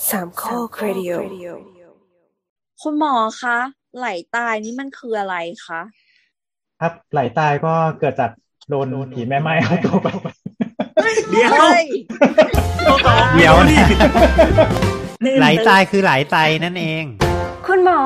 สามข้อครดิโอคุณหมอคะไหลตายนี่มันคืออะไรคะครับไหลตายก็เกิดจากโดนผีแม่ไม้เอาตัวไปเดี๋ยวเฮ้ยเดี๋ยวนะไหลตายคือไหลไตนั่นเองคุณหมอ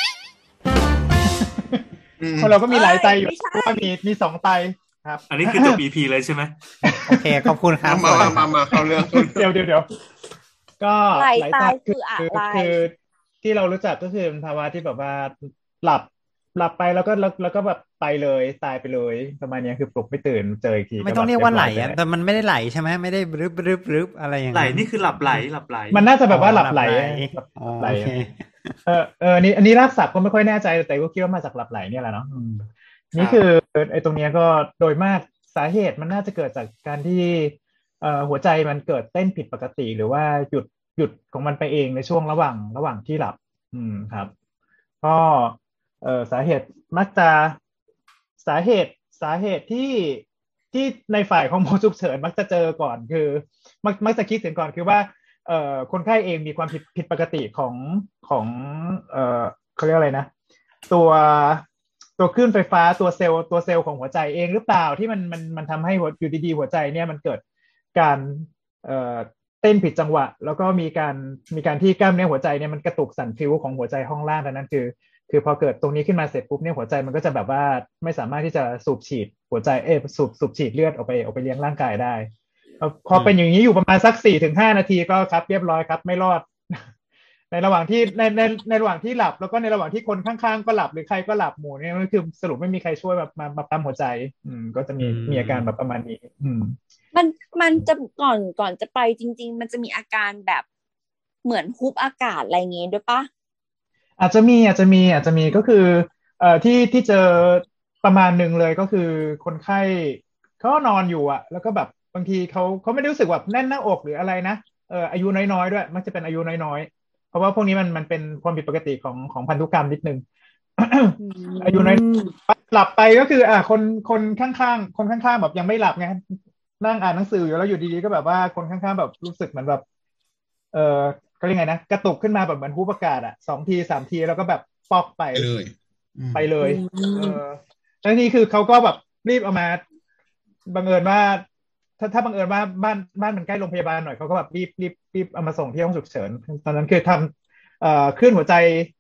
คนเราก็มีหลายไตอยู่ไม่ใช่เพราะว่ามีสองไตครับอันนี้คือจบ EP เลยใช่ไหมโอเคขอบคุณครับมาเข้าเรื่องเดี๋ยวก็ไหลตายคืออะไรคือที่เรารู้จักก็คือภาวะที่แบบว่าหลับไปแล้วก็แบบไปเลยตายไปเลยประมาณนี้คือปลุกไม่ตื่นเจออีกทีไม่ต้องเรียกว่าไหลก็อ่ะแบบแต่มันไม่ได้ไหลใช่ไหมไม่ได้รึบอะไรอย่างไหลนั้นนี่คือหลับไหลหลับไหลมันน่าจะแบบว่าหลับไหลอ๋อไหลโอเคอันนี้รากศัพท์ก็ไม่ค่อยแน่ใจแต่ก็คิดว่ามาจากหลับไหลเนี่ยแหละเนาะนี่คือไอ้ตรงเนี้ยก็โดยมากสาเหตุมันน่าจะเกิดจากการที่หัวใจมันเกิดเต้นผิดปกติหรือว่าหยุดของมันไปเองในช่วงระหว่างที่หลับครับก็สาเหตุมักจะสาเหตุที่ในฝ่ายของหมอฉุกเฉินมักจะเจอก่อนคือมักจะคิดถึงก่อนคือว่าคนไข้เองมีความผิดปกติของเขาเรียกอะไรนะตัวคลื่นไฟฟ้าตัวเซลล์ของหัวใจเองหรือเปล่าที่มันทำให้อยู่ดีๆหัวใจเนี่ยมันเกิดการเต้นผิดจังหวะแล้วก็มีการที่กล้ามเนื้อหัวใจเนี่ยมันกระตุกสั่นพลิ้วของหัวใจห้องล่างดังนั้นคือพอเกิดตรงนี้ขึ้นมาเสร็จปุ๊บเนี่ยหัวใจมันก็จะแบบว่าไม่สามารถที่จะสูบฉีดหัวใจสูบฉีดเลือดออกไปเลี้ยงร่างกายได้พอเป็นอย่างนี้อยู่ประมาณสัก 4-5 นาทีก็ครับเรียบร้อยครับไม่รอด ในระหว่างที่ในระหว่างที่หลับแล้วก็ในระหว่างที่คนข้างๆก็หลับหรือใครก็หลับหมู่เนี่ยก็คือสรุปไม่มีใครช่วยแบบมาปั๊มหัวใจก็จะมีอาการแบบประมาณนี้มันจะก่อนจะไปจริงๆมันจะมีอาการแบบเหมือนฮุบอากาศอะไรเงี้ยด้วยปะอาจจะมีก็คือที่เจอประมาณหนึ่งเลยก็คือคนไข้เขานอนอยู่อ่ะแล้วก็แบบบางทีเขาไม่ได้รู้สึกแบบแน่นหน้าอกหรืออะไรนะอายุน้อยๆด้วยมักจะเป็นอายุน้อยๆเพราะว่าพวกนี้มันเป็นความผิดปกติของพันธุกรรมนิดนึง อายุน้อยหลับไปก็คือคนข้างๆแบบยังไม่หลับไงนั่งอ่านหนังสืออยู่แล้วอยู่ดีๆก็แบบว่าคนข้างๆแบบรู้สึกเหมือนแบบเขาเรียกไงนะกระตุกขึ้นมาแบบเหมือนฮูบอากาศอ่ะ2 ที 3 ทีแล้วก็แบบปอกไปเลยแล้วนี่คือเขาก็แบบรีบเอามาบังเอิญว่าถ้าบังเอิญว่าบ้านมันใกล้โรงพยาบาลหน่อยเขาก็แบบรีบเอามาส่งที่ห้องฉุกเฉินตอนนั้นคือทำคลื่นหัวใจ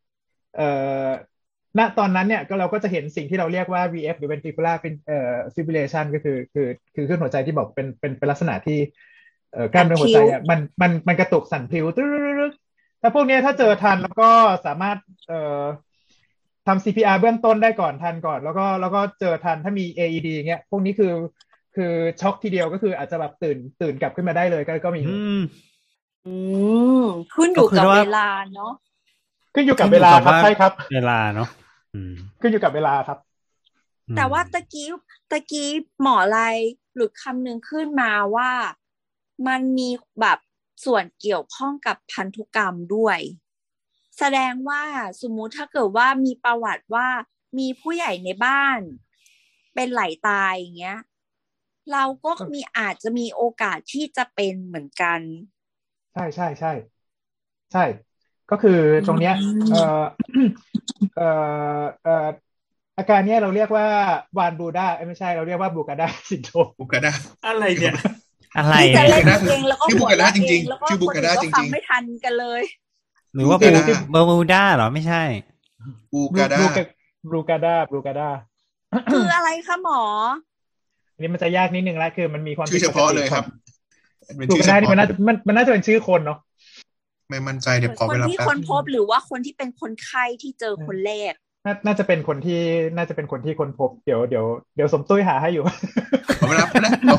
ณตอนนั้นเนี่ยเราก็จะเห็นสิ่งที่เราเรียกว่า VF หรือ ventricular fibrillation ก็คือคลื่นหัวใจที่บอกเป็นลักษณะที่กล้ามเนื้อหัวใจเนี่ยมันกระตุกสั่นพลิ้วถ้าพวกนี้ถ้าเจอทันแล้วก็สามารถทำ CPR เบื้องต้นได้ก่อนทันก่อนแล้วก็เจอทันถ้ามี AED เงี้ยพวกนี้คือช็อกทีเดียวก็คืออาจจะแบบตื่นกลับขึ้นมาได้เลยก็มีขึ้นอยู่กับเวลาเนาะขึ้นอยู่กับเวลาครับใช่ครับเวลาเนาะขึ้นอยู่กับเวลาครับแต่ว่าตะกี้หมออะไรหลุดคำหนึ่งขึ้นมาว่ามันมีแบบส่วนเกี่ยวข้องกับพันธุกรรมด้วยแสดงว่าสมมุติถ้าเกิดว่ามีประวัติว่ามีผู้ใหญ่ในบ้านเป็นไหลตายอย่างเงี้ยเราก็อาจจะมีโอกาสที่จะเป็นเหมือนกันใช่ก็คือตรงเนี้ยอาการเนี้ยเราเรียกว่าวานบูดาไม่ใช่เราเรียกว่าบูกาดาซินโดรมบูกาดาอะไรเนี่ยอะไรจะเล่นเองแล้วก็ชื่อบูกาดาจริงๆชื่อบูกาดาจริงๆไม่ทันกันเลยหรือว่าเบอร์มูดาเหรอไม่ใช่บูกาดาคืออะไรคะหมออันนี้มันจะยากนิดนึงละคือมันมีความชื่อเฉพาะเลยครับบูกาดานี่มันน่าจะเป็นชื่อคนเนาะไม่มั่นใจเดี๋ยวขอเวลาคนที่คนพบหรือว่าคนที่เป็นคนไข้ที่เจอคนแรกน่าจะเป็นคนที่คนพบเดี๋ยวสมตุ้ยหาให้อยู่ขอเวลา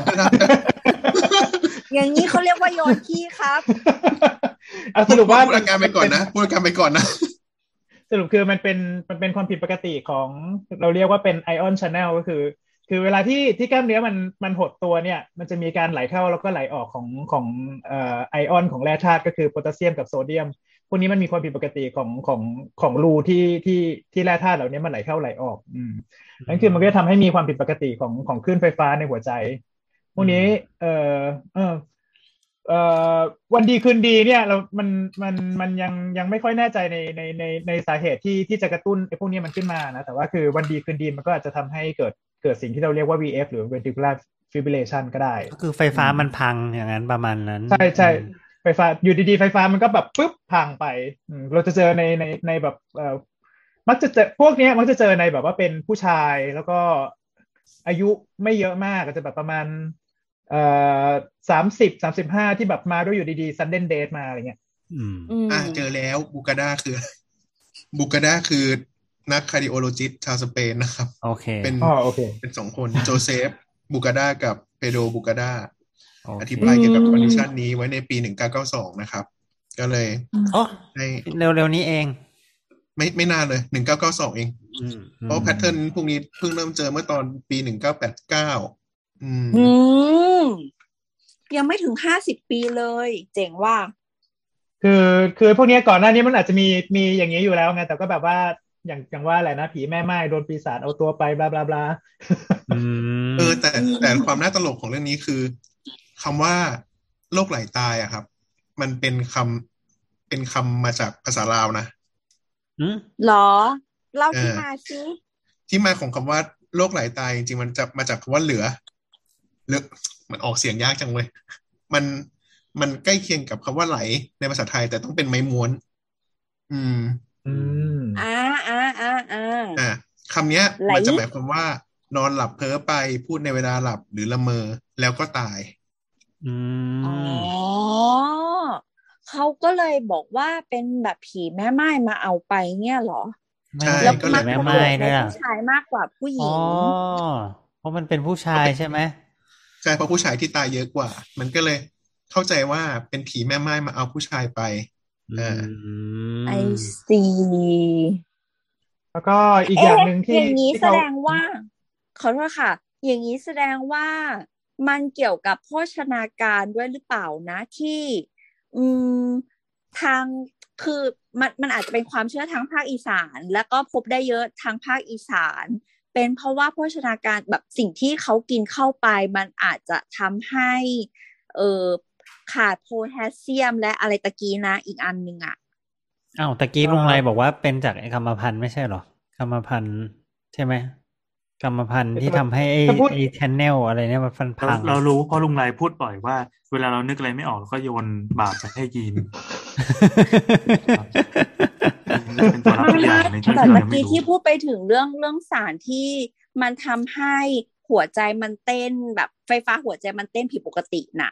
อย่างนี้เขาเรียกว่าโยนขี้ครับสรุปว่าพูดการไปก่อนนะสรุปคือมันเป็นความผิดปกติของเราเรียกว่าเป็นไอออนชาแนลก็คือเวลาที่กล้ามเนื้อมันหดตัวเนี่ยมันจะมีการไหลเข้าแล้วก็ไหลออกของไอออนของแร่ธาตุก็คือโพแทสเซียมกับโซเดียมพวกนี้มันมีความผิดปกติของรูที่แร่ธาตุเหล่านี้มันไหลเข้าไหลออกนั่นคือมันก็จะทำให้มีความผิดปกติของคลื่นไฟฟ้าในหัวใจพวกนี้วันดีคืนดีเนี่ยมันยังไม่ค่อยแน่ใจในสาเหตุที่จะกระตุ้นไอ้พวกนี้มันขึ้นมานะแต่ว่าคือวันดีคืนดีมันก็อาจจะทำให้เกิดสิ่งที่เราเรียกว่า VF หรือ ventricular fibrillation ก็ได้ก็คือไฟฟ้ามันพังอย่างนั้นประมาณนั้นใช่ไฟฟ้าอยู่ดีๆไฟฟ้ามันก็แบบปึ๊บพังไปเราจะเจอในแบบมักจะเจอพวกนี้มักจะเจอในแบบว่าเป็นผู้ชายแล้วก็อายุไม่เยอะมากก็จะแบบประมาณ30-35ที่แบบมาด้วยอยู่ดีๆ sudden death มาอะไรเงี้ยเจอแล้วบูกาด้าคือนักคาร์ดิโอโลจิสต์ชาวสเปนนะครับโอเคเป็น2คนโจเซฟบูกาด้ากับเปโดรบูกาด้าอธิบายเกี่ยวกับคอนดิชันนี้ไว้ในปี1992นะครับก็เลยให้เร็วๆนี้เองไม่นานเลย1992เองเพราะแพทเทิร์นพวกนี้เพิ่งเริ่มเจอเมื่อตอนปี1989 ยังไม่ถึง50 ปีเลยเจ๋งว่าคือพวกนี้ก่อนหน้านี้มันอาจจะมีอย่างนี้อยู่แล้วไงแต่ก็แบบว่าอย่างว่าอะไรนะผีแม่ไม้โดนปีศาจเอาตัวไปบลาบลาบลาแต่ความน่าตลกของเรื่องนี้คือคำว่าโรคไหลตายอะครับมันเป็นคำมาจากภาษาลาวนะหรอเล่าที่มาสิที่มาของคำว่าโรคไหลตายจริงๆมันจะมาจากคำว่าเหลือมันออกเสียงยากจังเลยมันใกล้เคียงกับคำว่าไหลในภาษาไทยแต่ต้องเป็นไม้ม้วนคำนี้มันจะหมายความว่านอนหลับเพ้อไปพูดในเวลาหลับหรือละเมอแล้วก็ตายเขาก็เลยบอกว่าเป็นแบบผีแม่ไม้มาเอาไปเนี่ยหรอใช่ก็เลยแม่ไม้ด้วยผู้ชายมากกว่าผู้หญิงเพราะมันเป็นผู้ชายใช่ไหมใช่เพราะผู้ชายที่ตายเยอะกว่ามันก็เลยเข้าใจว่าเป็นผีแม่ไม้มาเอาผู้ชายไปไอซีแล้วก็อีกอย่างหนึ่งที่อย่างนี้แสดงว่าขอโทษค่ะอย่างนี้แสดงว่ามันเกี่ยวกับโภชนาการด้วยหรือเปล่านะที่ทางคือมันอาจจะเป็นความเชื่อทางภาคอีสานแล้วก็พบได้เยอะทางภาคอีสานเป็นเพราะว่าโภชนาการแบบสิ่งที่เขากินเข้าไปมันอาจจะทำให้ขาดโพแทสเซียมและอะไรตะกี้นะอีกอันนึงอ่ะตะกี้ลุงไรบอกว่าเป็นจากกรรมพันธุ์ไม่ใช่หรอกรรมพันธุ์ใช่ไหมกรรมพันธุ์ที่ทำให้ไอ้แชนเนลอะไรเนี่ยมันพังเรารู้เพราะลุงไรพูดบ่อยว่าเวลาเรานึกอะไรไม่ออกเราก็โยนบาปไปให้ยีนเป็นตัวรับอย่างในที่เรายังไม่รู้ที่พูดไปถึงเรื่องสารที่มันทำให้หัวใจมันเต้นแบบไฟฟ้าหัวใจมันเต้นผิดปกติน่ะ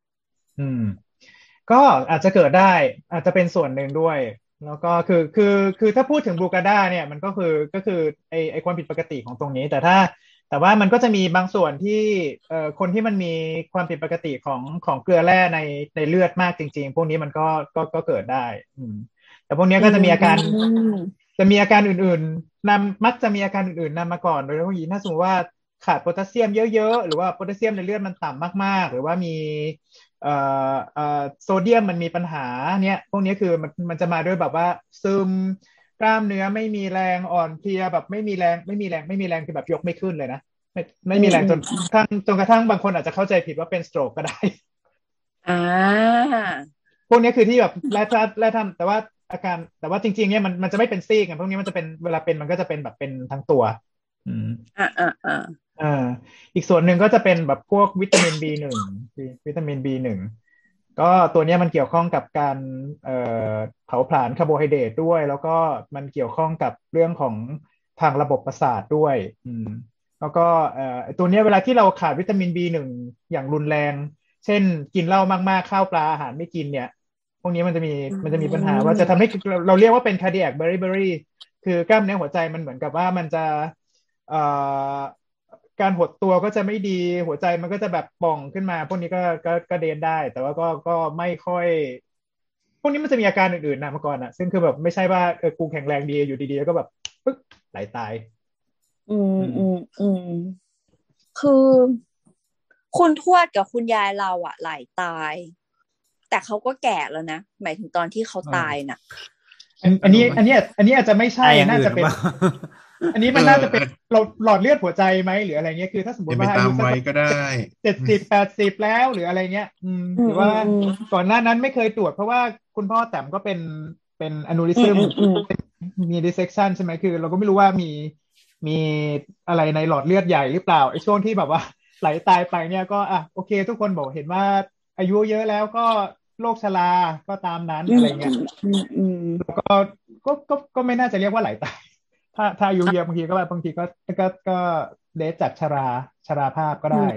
ก็อาจจะเกิดได้อาจจะเป็นส่วนหนึ่งด้วยแล้วก็คือถ้าพูดถึงบลูกาด้าเนี่ยมันก็คือไอความผิดปกติของตรงนี้แต่ว่ามันก็จะมีบางส่วนที่คนที่มันมีความผิดปกติของเกลือแร่ในเลือดมากจริงๆพวกนี้มันก็เกิดได้แต่พวกนี้ก็จะมีอาการอื่นๆมักจะมีอาการอื่นๆนำมาก่อนโดยเฉพาะยิ่งถ้าสมมติว่าขาดโพแทสเซียมเยอะๆหรือว่าโพแทสเซียมในเลือดมันต่ำมากๆหรือว่ามีโซเดียมมันมีปัญหาเนี่ยพวกนี้คือมันจะมาด้วยแบบว่าซึมกล้ามเนื้อไม่มีแรงอ่อนเพลียแบบไม่มีแรงคือแบบยกไม่ขึ้นเลยนะไม่มีแรงจนกระทั่งบางคนอาจจะเข้าใจผิดว่าเป็นสโตรกก็ได้พวกนี้คือที่แบบแร่ธาตุแต่ว่าจริงๆเนี่ยมันจะไม่เป็นซีกพวกนี้มันจะเป็นเวลาเป็นมันก็จะเป็นแบบเป็นทั้งตัวอีกส่วนหนึ่งก็จะเป็นแบบพวกวิตามิน B1 ก็ตัวนี้มันเกี่ยวข้องกับการเผาผลาญคาร์โบไฮเดรตด้วยแล้วก็มันเกี่ยวข้องกับเรื่องของทางระบบประสาทด้วยแล้วก็ตัวนี้เวลาที่เราขาดวิตามิน B1 อย่างรุนแรงเช่นกินเหล้ามากๆข้าวปลาอาหารไม่กินเนี่ยพวกนี้มันจะมีปัญหาว่าจะทำให้เราเรียกว่าเป็น cardiac beriberi คือกล้ามเนื้อหัวใจมันเหมือนกับว่ามันจะการหดตัวก็จะไม่ดีหัวใจมันก็จะแบบป่องขึ้นมาพวกนี้ก็เดนได้แต่ว่าก็ไม่ค่อยพวกนี้มันจะมีอาการอื่นๆนะเมื่อก่อนอ่ะซึ่งคือแบบไม่ใช่ว่ากูแข็งแรงดีอยู่ดีๆแล้วก็แบบปึ๊กไหลตายคือคุณทวดกับคุณยายเราอ่ะไหลตายแต่เขาก็แก่แล้วนะหมายถึงตอนที่เขาตายน่ะอันนี้อาจจะไม่ใช่น่าจะเป็นอันนี้มันน่าจะเป็นหลอดเลือดหัวใจไหมหรืออะไรเงี้ยคือถ้าสมมเป็ตินไปว่าอาตามยุสักวัยก็ได้ 70-80แล้วหรืออะไรเงี้ยหรือว่าก่อนหน้านั้นไม่เคยตรวจเพราะว่าคุณพ่อแต้มก็เป็นอนูริซึมมีดิเซกชันใช่ไหมคือเราก็ไม่รู้ว่ามีอะไรในหลอดเลือดใหญ่หรือเปล่าไอ้ช่วงที่แบบว่าไหลตายไปเนี่ยก็โอเคทุกคนบอกเห็นว่าอายุเยอะแล้วก็โรคชราก็ตามนั้นอะไรเงี้ยแล้วก็ไม่น่าจะเรียกว่าไหลตายถ้าอายุเยอะบางทีก็เดทจากชราภาพก็ได้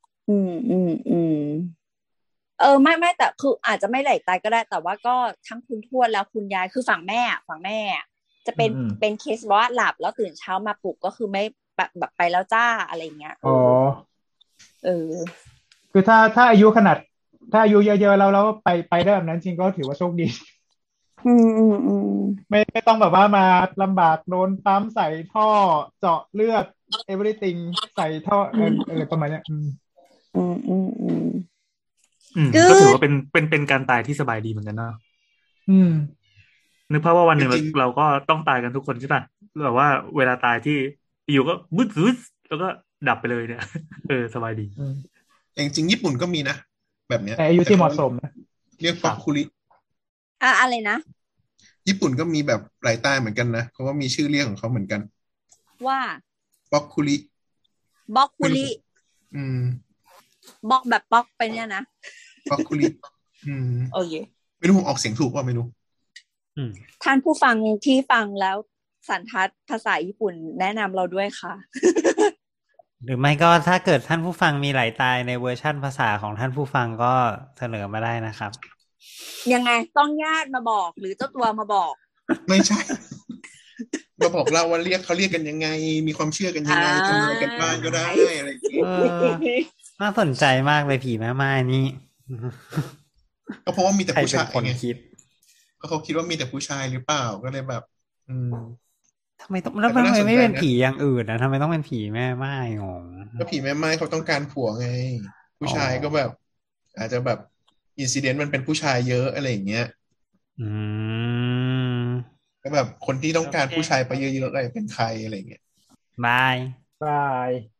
ไม่แต่คืออาจจะไม่ไหลตายก็ได้แต่ว่าก็ทั้งคุณทวดแล้วคุณยายคือฝั่งแม่จะเป็นเคสว่าหลับแล้วตื่นเช้ามาปลุกก็คือไม่แบบไปแล้วจ้าอะไรเงี้ยคือถ้าอายุขนาดถ้าอายุเยอะๆแล้วไปได้แบบนั้นจริงก็ถือว่าโชคดีไม่ต้องแบบว่ามาลำบากโดนปั๊มใส่ท่อเจาะเลือด everything ใส่ท่ออะไรประมาณนี้ก็ถือว่าเป็นการตายที่สบายดีเหมือนกันเนาะนึกภาพว่าวันหนึ่งเราก็ต้องตายกันทุกคนใช่ป่ะแบบว่าเวลาตายที่อยู่ก็บึ้ดแล้วก็ดับไปเลยเนี่ยสบายดีจริงญี่ปุ่นก็มีนะแบบเนี้ยแต่อายุที่เหมาะสมนะเรียกป๊อกคุริอะไรนะญี่ปุ่นก็มีแบบไหลตายเหมือนกันนะเพราะว่ามีชื่อเรียกของเขาเหมือนกันว่าป๊อกคุริบ็อกคุริบ็อกแบบป๊อกไปเนี่ยนะป๊อกคุริโอเคไม่รู้ผมออกเสียงถูกว่าไม่รู้ท่านผู้ฟังที่ฟังแล้วสันทัดภาษาญี่ปุ่นแนะนำเราด้วยค่ะหรือไม่ก็ถ้าเกิดท่านผู้ฟังมีไหลตายในเวอร์ชั่นภาษาของท่านผู้ฟังก็เสนอมาได้นะครับยังไงต้องญาติมาบอกหรือเจ้าตัวมาบอกไม่ใช่มาบอกเราว่าเขาเรียกกันยังไงมีความเชื่อกันยังไงทำอะไรกันบ้างก็ได้อะไรอย่างเงี้ยน่าสนใจมากเลยผีแม่ไม้นี่ก็เพราะว่ามีแต่ผู้ชายไงก็เขาคิดว่ามีแต่ผู้ชายหรือเปล่าก็เลยแบบทำไมไม่เป็นผีอย่างอื่นนะทำไมต้องเป็นผีแม่ไม้งงก็ผีแม่ไม้เขาต้องการผัวไงผู้ชายก็แบบอาจจะแบบอินซิเดนต์มันเป็นผู้ชายเยอะอะไรอย่างเงี้ยก็แบบคนที่ต้องการผู้ชายไปเยอะๆอะไรเป็นใครอะไรเงี้ยบาย